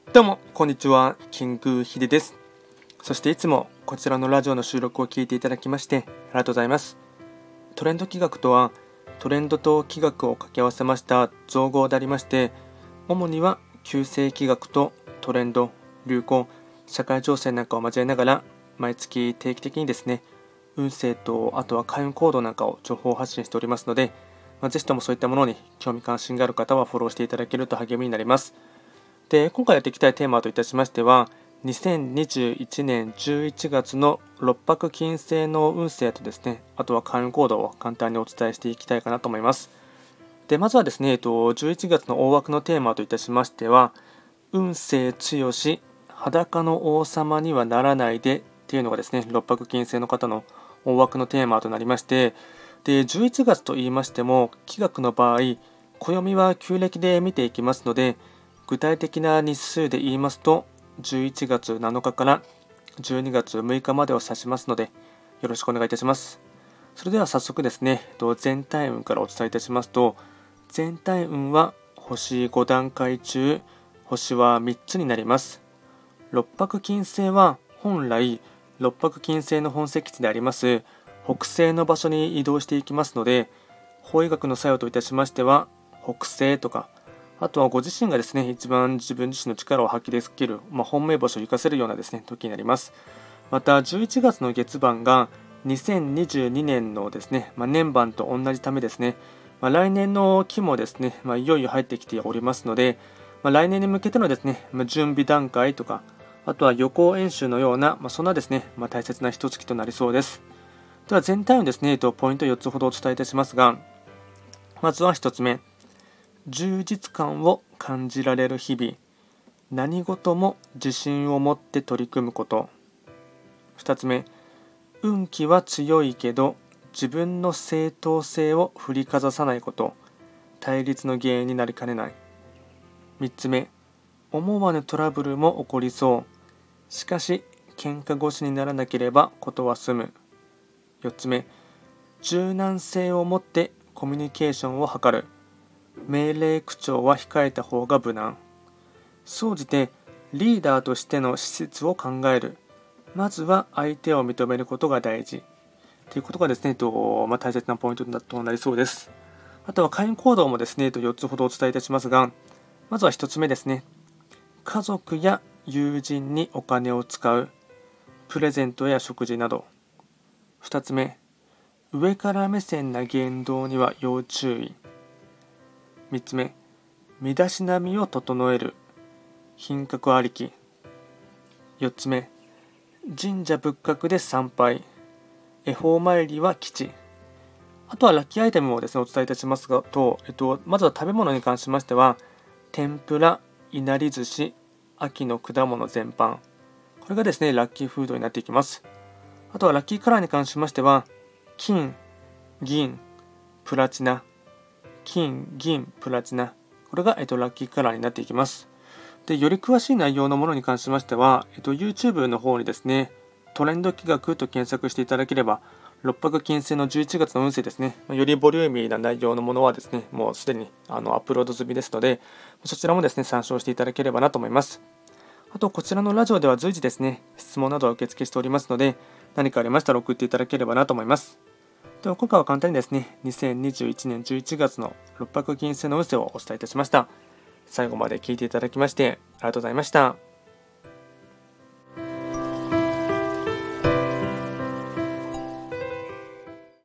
どうもこんにちは、キングヒデです。そしていつもこちらのラジオの収録を聞いていただきましてありがとうございます。トレンド企画とは、トレンドと企画を掛け合わせました造語でありまして、主には旧世企画とトレンド、流行、社会情勢なんかを交えながら毎月定期的にですね、運勢とあとは開運行動なんかを情報発信しておりますので、ぜひともそういったものに興味関心がある方はフォローしていただけると励みになります。で、今回やっていきたいテーマといたしましては、2021年11月の六白金星の運勢とですね、あとは開運行動を簡単にお伝えしていきたいかなと思います。で、まずはですね、11月の大枠のテーマといたしましては、運勢強し、裸の王様にはならないでっていうのがですね、六白金星の方の大枠のテーマとなりまして、で、11月と言いましても、気学の場合、暦は旧暦で見ていきますので、具体的な日数で言いますと、11月7日から12月6日までを指しますので、よろしくお願いいたします。それでは早速ですね、全体運からお伝えいたしますと、全体運は星5段階中、星は3つになります。六白金星は本来、六白金星の本石地であります北西の場所に移動していきますので、法医学の作用といたしましては、北西とか、あとはご自身がですね、一番自分自身の力を発揮できる、本命星を活かせるようなですね、時になります。また、11月の月番が2022年のですね、年番と同じためですね、来年の期もですね、いよいよ入ってきておりますので、来年に向けてのですね、準備段階とか、あとは予行演習のような、そんなですね、大切な一月となりそうです。では全体のですね、ポイント4つほどお伝えいたしますが、まずは1つ目、充実感を感じられる日々、何事も自信を持って取り組むこと。2つ目、運気は強いけど自分の正当性を振りかざさないこと、対立の原因になりかねない。3つ目、思わぬトラブルも起こりそう、しかし喧嘩腰にならなければ事は済む。4つ目、柔軟性を持ってコミュニケーションを図る、命令口調は控えた方が無難。総じてリーダーとしての資質を考える。まずは相手を認めることが大事ということがですね、大切なポイントとなりそうです。あとは会員行動もですね、4つほどお伝えいたしますが、まずは1つ目ですね。家族や友人にお金を使う。プレゼントや食事など。2つ目、上から目線な言動には要注意。3つ目、身だしなみを整える、品格ありき。4つ目、神社仏閣で参拝、恵方参りは吉。あとはラッキーアイテムをですねお伝えいたしますがまずは食べ物に関しましては、天ぷら、いなり寿司、秋の果物全般、これがですねラッキーフードになっていきます。あとはラッキーカラーに関しましては、金、銀、プラチナ、金、銀、プラチナ、これが、ラッキーカラーになっていきます。で、より詳しい内容のものに関しましては、YouTube の方にですね、トレンド企画と検索していただければ、六白金星の11月の運勢ですね、よりボリューミーな内容のものはですね、もうすでにアップロード済みですので、そちらもですね、参照していただければなと思います。あと、こちらのラジオでは随時ですね、質問などを受付しておりますので、何かありましたら送っていただければなと思います。では今回は簡単にですね、2021年11月の六白金星の運勢をお伝えいたしました。最後まで聞いていただきましてありがとうございました。